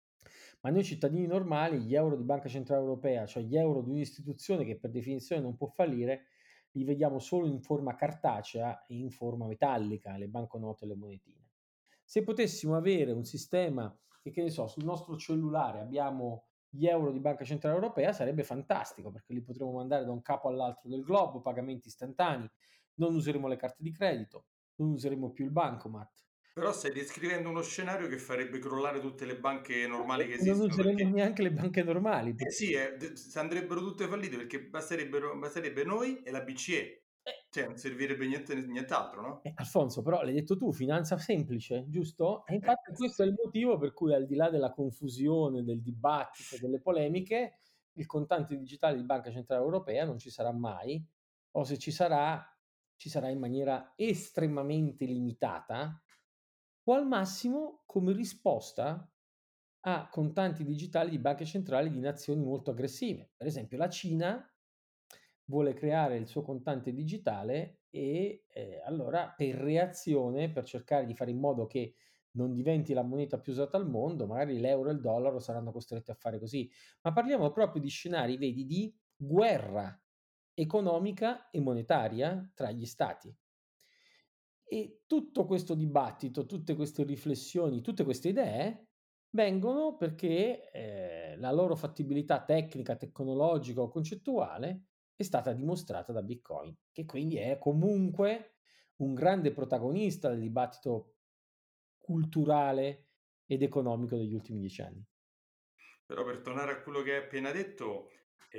C: Ma noi cittadini normali, gli euro di Banca Centrale Europea, cioè gli euro di un'istituzione che per definizione non può fallire, li vediamo solo in forma cartacea e in forma metallica, le banconote e le monetine. Se potessimo avere un sistema che ne so, sul nostro cellulare abbiamo gli euro di Banca Centrale Europea sarebbe fantastico, perché li potremo mandare da un capo all'altro del globo, pagamenti istantanei, non useremo le carte di credito, non useremo più il bancomat.
A: Però stai descrivendo uno scenario che farebbe crollare tutte le banche normali che
C: E non
A: esistono,
C: useremo
A: perché
C: neanche le banche normali,
A: eh
C: perché
A: sì, andrebbero tutte fallite perché basterebbe noi e la BCE, cioè non servirebbe nient'altro, no?
C: Alfonso, però l'hai detto tu, finanza semplice, giusto? E infatti questo è
A: Sì.
C: il motivo per cui, al di là della confusione, del dibattito, delle polemiche, il contante digitale di Banca Centrale Europea non ci sarà mai, o se ci sarà in maniera estremamente limitata, o al massimo come risposta a contanti digitali di banche centrali di nazioni molto aggressive. Per esempio la Cina vuole creare il suo contante digitale e, allora, per reazione, per cercare di fare in modo che non diventi la moneta più usata al mondo, magari l'euro e il dollaro saranno costretti a fare così. Ma parliamo proprio di scenari, vedi, di guerra economica e monetaria tra gli stati. E tutto questo dibattito, tutte queste riflessioni, tutte queste idee vengono perché, la loro fattibilità tecnica, tecnologica o concettuale è stata dimostrata da Bitcoin, che quindi è comunque un grande protagonista del dibattito culturale ed economico degli ultimi 10 anni.
A: Però per tornare a quello che hai appena detto,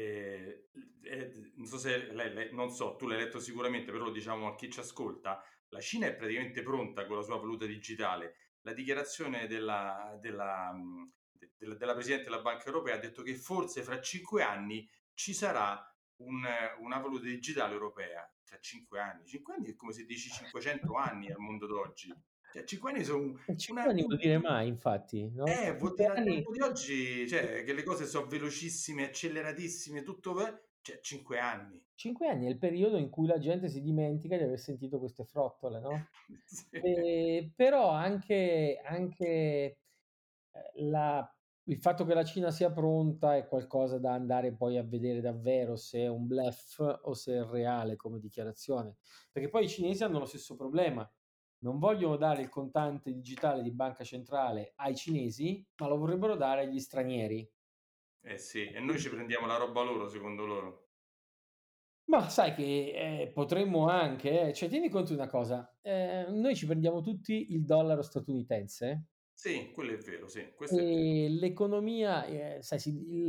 A: non so se non so, tu l'hai letto sicuramente, però lo diciamo a chi ci ascolta, la Cina è praticamente pronta con la sua valuta digitale. La dichiarazione della Presidente della Banca Europea ha detto che forse fra 5 anni ci sarà una valuta digitale europea. Tra 5 anni. 5 anni è come se dici 500 anni al mondo d'oggi. Cioè, 5 anni sono
C: E 5
A: una,
C: anni vuol dire mai, infatti, no?
A: vuol
C: 5
A: dire al
C: anni.
A: tempo di oggi, cioè, che le cose sono velocissime, acceleratissime, tutto cioè 5 anni.
C: 5 anni è il periodo in cui la gente si dimentica di aver sentito queste frottole, no,
A: Sì.
C: però anche, la il fatto che la Cina sia pronta è qualcosa da andare poi a vedere davvero se è un bluff o se è reale come dichiarazione. Perché poi i cinesi hanno lo stesso problema: non vogliono dare il contante digitale di banca centrale ai cinesi, ma lo vorrebbero dare agli stranieri.
A: Eh sì, e noi
C: Quindi,
A: ci prendiamo la roba loro, secondo loro.
C: ma sai che, potremmo anche, cioè, tieni conto di una cosa, noi ci prendiamo tutti il dollaro statunitense
A: Sì, quello è vero, sì, questo è vero.
C: e l'economia, sai,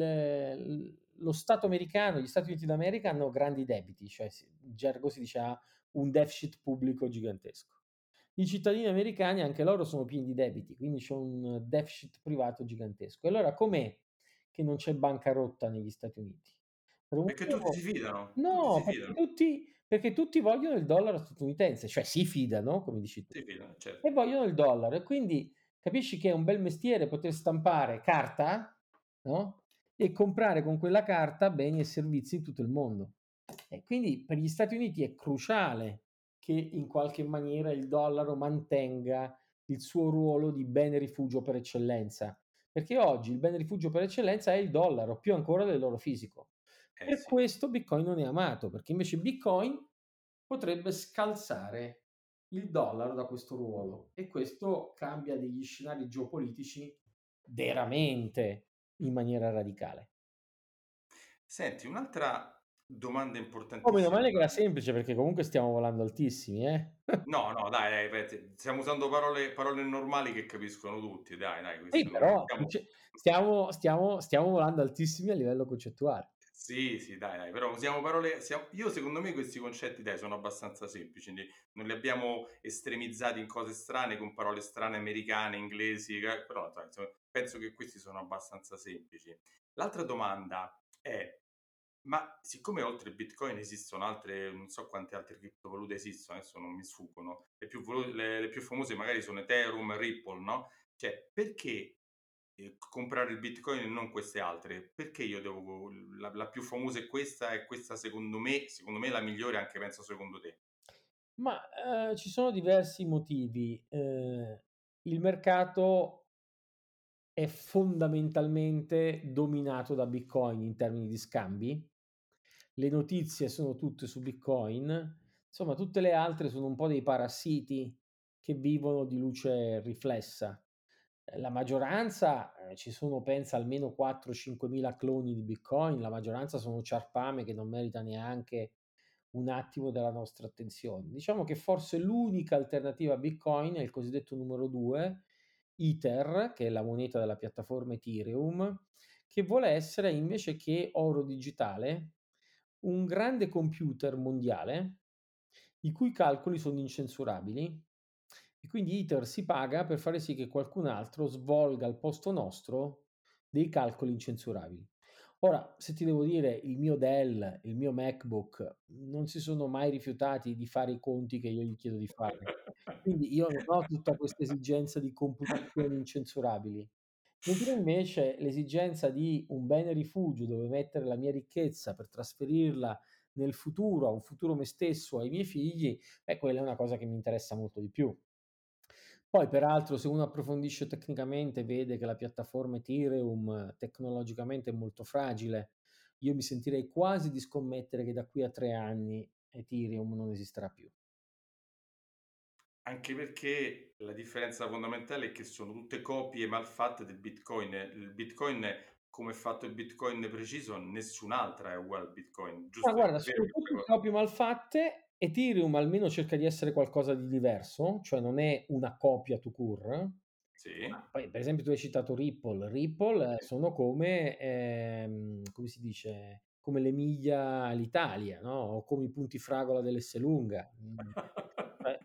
C: lo Stato americano, gli Stati Uniti d'America hanno grandi debiti, cioè in gergo si dice ha un deficit pubblico gigantesco. I cittadini americani anche loro sono pieni di debiti, quindi c'è un deficit privato gigantesco. E allora com'è che non c'è bancarotta negli Stati Uniti? Per un
A: Perché tutti si
C: motivo.
A: fidano, tutti
C: No,
A: si fidano,
C: perché tutti vogliono il dollaro statunitense, cioè si fidano, come dici tu,
A: si fidano,
C: e
A: certo.
C: vogliono il dollaro. E quindi capisci che è un bel mestiere poter stampare carta, no, e comprare con quella carta beni e servizi in tutto il mondo. E quindi per gli Stati Uniti è cruciale che in qualche maniera il dollaro mantenga il suo ruolo di bene rifugio per eccellenza, perché oggi il bene rifugio per eccellenza è il dollaro, più ancora dell'oro fisico.
A: Eh
C: Per
A: sì.
C: questo Bitcoin non è amato, perché invece Bitcoin potrebbe scalzare il dollaro da questo ruolo e questo cambia degli scenari geopolitici veramente in maniera radicale.
A: Senti, un'altra domanda
C: Oh, meno
A: importantissima.
C: male che era semplice perché comunque stiamo volando altissimi, eh.
A: No, no, dai, stiamo usando parole normali che capiscono tutti, dai,
C: Sì,
A: questo non
C: però
A: stiamo.
C: stiamo volando altissimi a livello concettuale.
A: Sì, sì, dai, però usiamo parole, io secondo me questi concetti, dai, sono abbastanza semplici, non li abbiamo estremizzati in cose strane con parole strane americane, inglesi, però dai, penso che questi sono abbastanza semplici. L'altra domanda è, ma siccome oltre Bitcoin esistono altre, non so quante altre criptovalute esistono, adesso non mi sfuggono, le più famose magari sono Ethereum, Ripple, no? Cioè, perché comprare il Bitcoin e non queste altre? Perché io devo, la più famosa è questa e questa secondo me è la migliore, anche penso secondo te.
C: Ma, ci sono diversi motivi. Il mercato è fondamentalmente dominato da Bitcoin in termini di scambi. Le notizie sono tutte su Bitcoin, insomma tutte le altre sono un po' dei parassiti che vivono di luce riflessa. La maggioranza, ci sono pensa almeno 4, 5.000 cloni di Bitcoin, la maggioranza sono ciarpame che non merita neanche un attimo della nostra attenzione. Diciamo che forse l'unica alternativa a Bitcoin è il cosiddetto numero 2, Ether, che è la moneta della piattaforma Ethereum, che vuole essere invece che oro digitale, un grande computer mondiale, i cui calcoli sono incensurabili e quindi Ether si paga per fare sì che qualcun altro svolga al posto nostro dei calcoli incensurabili. Ora, se ti devo dire, il mio Dell, il mio MacBook non si sono mai rifiutati di fare i conti che io gli chiedo di fare. Quindi io non ho tutta questa esigenza di computazioni incensurabili. Mentre invece l'esigenza di un bene rifugio dove mettere la mia ricchezza per trasferirla nel futuro, a un futuro me stesso, ai miei figli, quella è una cosa che mi interessa molto di più. Poi peraltro se uno approfondisce tecnicamente vede che la piattaforma Ethereum tecnologicamente è molto fragile. Io mi sentirei quasi di scommettere che da qui a 3 anni Ethereum non esisterà più.
A: Anche perché la differenza fondamentale è che sono tutte copie malfatte del Bitcoin. Il Bitcoin, come è fatto il Bitcoin preciso, nessun'altra è uguale al Bitcoin,
C: Ma
A: giusto? È
C: guarda,
A: vero
C: sono
A: questa
C: tutte
A: cosa?
C: copie malfatte. Ethereum almeno cerca di essere qualcosa di diverso, cioè non è una copia tout court. Ma
A: Sì.
C: poi per esempio tu hai citato Ripple. Ripple
A: Sì.
C: sono come, come si dice, come le miglia all'Italia, no, o come i punti fragola dell'Esselunga. Cioè,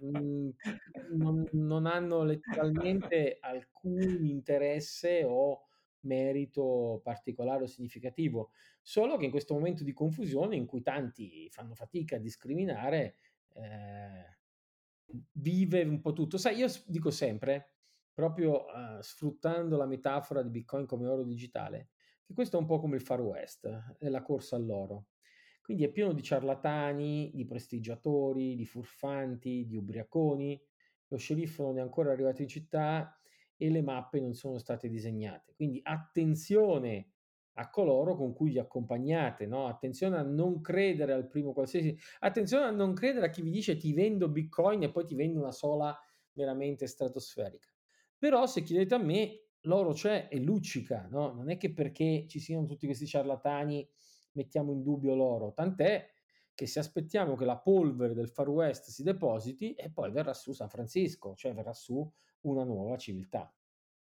C: non hanno letteralmente alcun interesse o merito particolare o significativo. Solo che in questo momento di confusione in cui tanti fanno fatica a discriminare, ehm, vive un po' tutto. Sai, io dico sempre, proprio, sfruttando la metafora di Bitcoin come oro digitale, che questo è un po' come il Far West, è la corsa all'oro. Quindi è pieno di ciarlatani, di prestigiatori, di furfanti, di ubriaconi. Lo sceriffo non è ancora arrivato in città e le mappe non sono state disegnate. Quindi attenzione a coloro con cui vi accompagnate, no, attenzione a non credere al primo qualsiasi, attenzione a non credere a chi vi dice: "Ti vendo Bitcoin" e poi ti vende una sola veramente stratosferica. Però se chiedete a me, l'oro c'è e luccica, no, non è che perché ci siano tutti questi ciarlatani mettiamo in dubbio l'oro, tant'è che se aspettiamo che la polvere del Far West si depositi e poi verrà su San Francisco, cioè verrà su una nuova civiltà.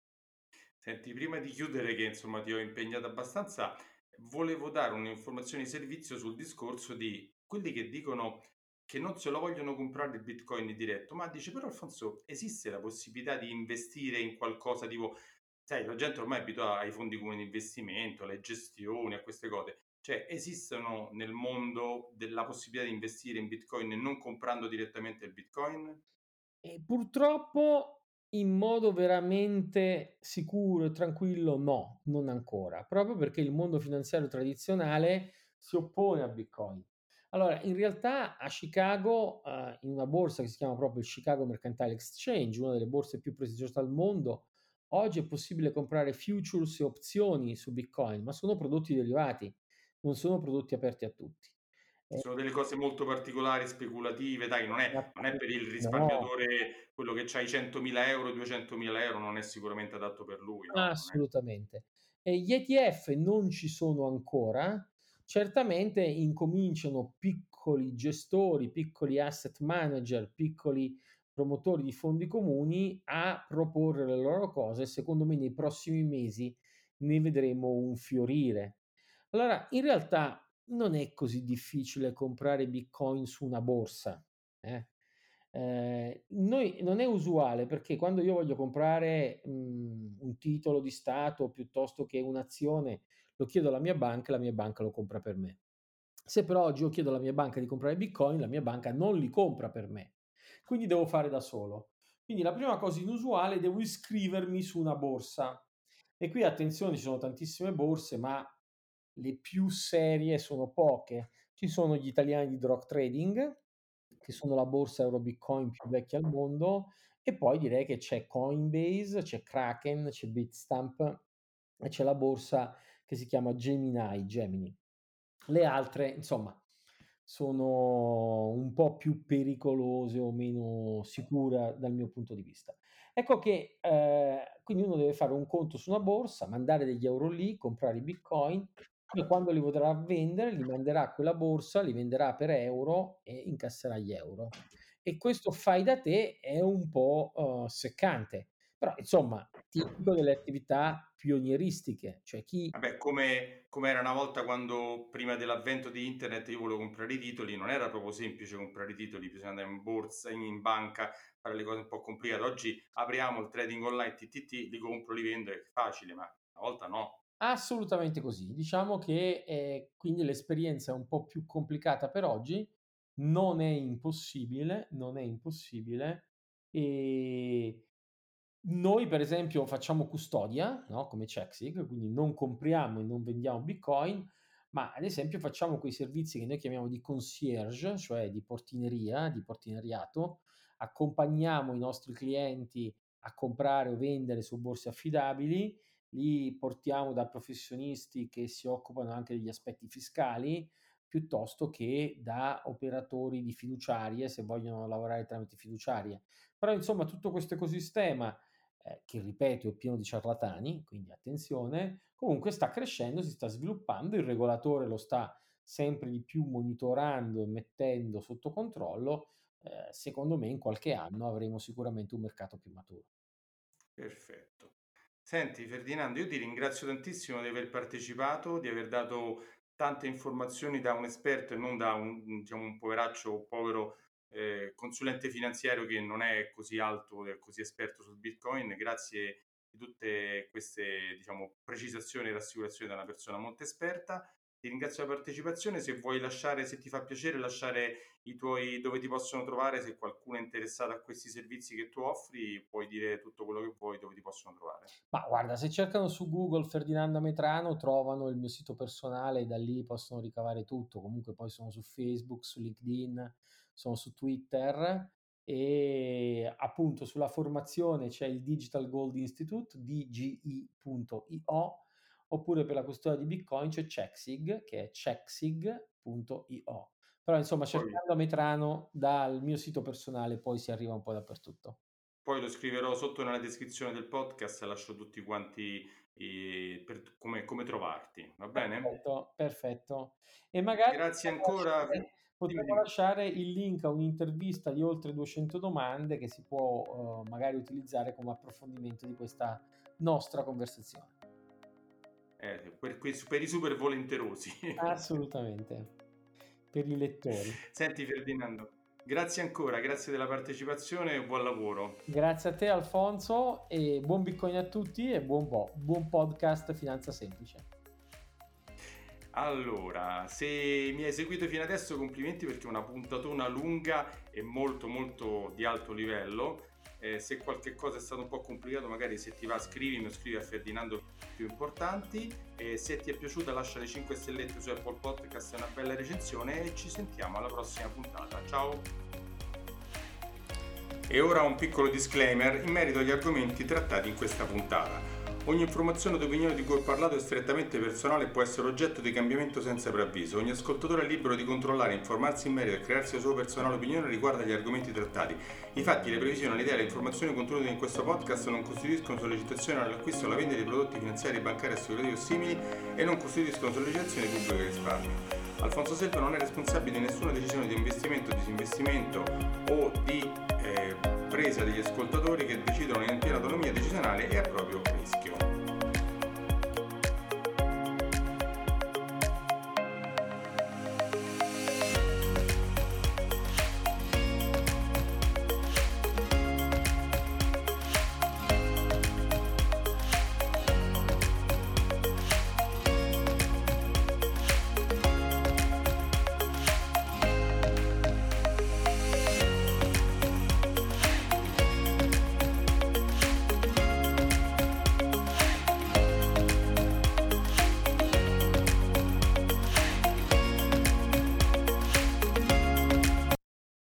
A: Senti, prima di chiudere, che insomma ti ho impegnato abbastanza, volevo dare un'informazione di servizio sul discorso di quelli che dicono che non se lo vogliono comprare il Bitcoin diretto, ma dice però Alfonso, esiste la possibilità di investire in qualcosa tipo, sai, la gente ormai è abituata ai fondi come di investimento, alle gestioni, a queste cose. Cioè, esistono nel mondo della possibilità di investire in Bitcoin e non comprando direttamente il Bitcoin?
C: E purtroppo in modo veramente sicuro e tranquillo no, non ancora, proprio perché il mondo finanziario tradizionale si oppone a Bitcoin. Allora, in realtà a Chicago, in una borsa che si chiama proprio il Chicago Mercantile Exchange, una delle borse più prestigiose al mondo, oggi è possibile comprare futures e opzioni su Bitcoin, ma sono prodotti derivati, non sono prodotti aperti a tutti. Eh,
A: Sono delle cose molto particolari, speculative, dai, non è per il
C: no.
A: risparmiatore, quello che c'ha i 100.000 €, 200.000 €, non è sicuramente adatto per lui, no, non è.
C: Assolutamente. E gli ETF non ci sono ancora, certamente incominciano piccoli gestori, piccoli asset manager, piccoli promotori di fondi comuni a proporre le loro cose e secondo me nei prossimi mesi ne vedremo un fiorire. Allora, in realtà non è così difficile comprare Bitcoin su una borsa, eh. Noi non è usuale perché quando io voglio comprare, un titolo di Stato piuttosto che un'azione, lo chiedo alla mia banca e la mia banca lo compra per me. Se però oggi io chiedo alla mia banca di comprare Bitcoin, la mia banca non li compra per me, quindi devo fare da solo. Quindi la prima cosa inusuale, devo iscrivermi su una borsa. E qui attenzione, ci sono tantissime borse, ma le più serie sono poche. Ci sono gli italiani di Drog Trading, che sono la borsa euro Bitcoin più vecchia al mondo, e poi direi che c'è Coinbase, c'è Kraken, c'è Bitstamp e c'è la borsa che si chiama Gemini. Le altre, insomma, sono un po' più pericolose o meno sicura dal mio punto di vista. Ecco che quindi uno deve fare un conto su una borsa, mandare degli euro lì, comprare i bitcoin, poi quando li vorrà vendere li manderà a quella borsa, li venderà per euro e incasserà gli euro. E questo fai da te è un po' seccante, però insomma tipico delle attività pionieristiche, cioè chi
A: Vabbè, come era una volta quando prima dell'avvento di internet io volevo comprare i titoli, non era proprio semplice comprare i titoli, bisogna andare in borsa, in banca, fare le cose un po' complicate. Oggi apriamo il trading online, TTT, li compro, li vendo, è facile, ma una volta no.
C: assolutamente così. Diciamo che, quindi l'esperienza è un po' più complicata per oggi, non è impossibile, non è impossibile. Noi per esempio facciamo custodia, no, come CheckSig, quindi non compriamo e non vendiamo Bitcoin, ma ad esempio facciamo quei servizi che noi chiamiamo di concierge, cioè di portineria, di portinariato, accompagniamo i nostri clienti a comprare o vendere su borse affidabili, li portiamo da professionisti che si occupano anche degli aspetti fiscali, piuttosto che da operatori di fiduciarie, se vogliono lavorare tramite fiduciarie. Però insomma tutto questo ecosistema, che ripeto è pieno di ciarlatani, quindi attenzione, comunque sta crescendo, si sta sviluppando, il regolatore lo sta sempre di più monitorando e mettendo sotto controllo, secondo me in qualche anno avremo sicuramente un mercato più maturo.
A: Perfetto. Senti Ferdinando, io ti ringrazio tantissimo di aver partecipato, di aver dato tante informazioni da un esperto e non da diciamo, un poveraccio o povero consulente finanziario che non è così alto e così esperto sul Bitcoin. Grazie di tutte queste, diciamo, precisazioni e rassicurazioni da una persona molto esperta. Ti ringrazio per la partecipazione. Se vuoi lasciare, se ti fa piacere, lasciare i tuoi dove ti possono trovare, se qualcuno è interessato a questi servizi che tu offri, puoi dire tutto quello che vuoi, dove ti possono trovare.
C: Ma guarda, se cercano su Google Ferdinando Metrano trovano il mio sito personale e da lì possono ricavare tutto. Comunque poi sono su Facebook, su LinkedIn, sono su Twitter e appunto sulla formazione c'è il Digital Gold Institute, dgi.io, oppure per la custodia di Bitcoin c'è CheckSig, che è checksig.io. Però insomma
A: Poi,
C: cercando Metrano dal mio sito personale poi si arriva un po' dappertutto.
A: poi lo scriverò sotto nella descrizione del podcast e lascio tutti quanti per come trovarti, va bene?
C: Perfetto, perfetto. E magari
A: Grazie ancora. Dimmi,
C: potremmo
A: dimmi.
C: lasciare il link a un'intervista di oltre 200 domande che si può, magari utilizzare come approfondimento di questa nostra conversazione.
A: Per i super volenterosi.
C: Assolutamente, per i lettori.
A: Senti Ferdinando, grazie ancora, grazie della partecipazione e buon lavoro.
C: Grazie a te Alfonso e buon Bitcoin a tutti e buon podcast Finanza Semplice.
A: Allora, se mi hai seguito fino adesso, complimenti perché è una puntatona lunga e molto molto di alto livello. Se qualche cosa è stato un po' complicato, magari se ti va scrivimi o scrivi a Ferdinando più importanti. E se ti è piaciuta lascia le 5 stellette su Apple Podcast e una bella recensione e ci sentiamo alla prossima puntata. Ciao! E ora un piccolo disclaimer in merito agli argomenti trattati in questa puntata. Ogni informazione o opinione di cui ho parlato è strettamente personale e può essere oggetto di cambiamento senza preavviso. Ogni ascoltatore è libero di controllare, informarsi in merito e crearsi la sua personale opinione riguardo agli argomenti trattati. I fatti, le previsioni, le idee e le informazioni contenute in questo podcast non costituiscono sollecitazione all'acquisto o alla vendita di prodotti finanziari, bancari, assicurativi o simili e non costituiscono sollecitazioni pubbliche di risparmio. Alfonso Selva non è responsabile di nessuna decisione di investimento, disinvestimento o di presa degli ascoltatori che decidono in piena autonomia decisionale e a proprio rischio.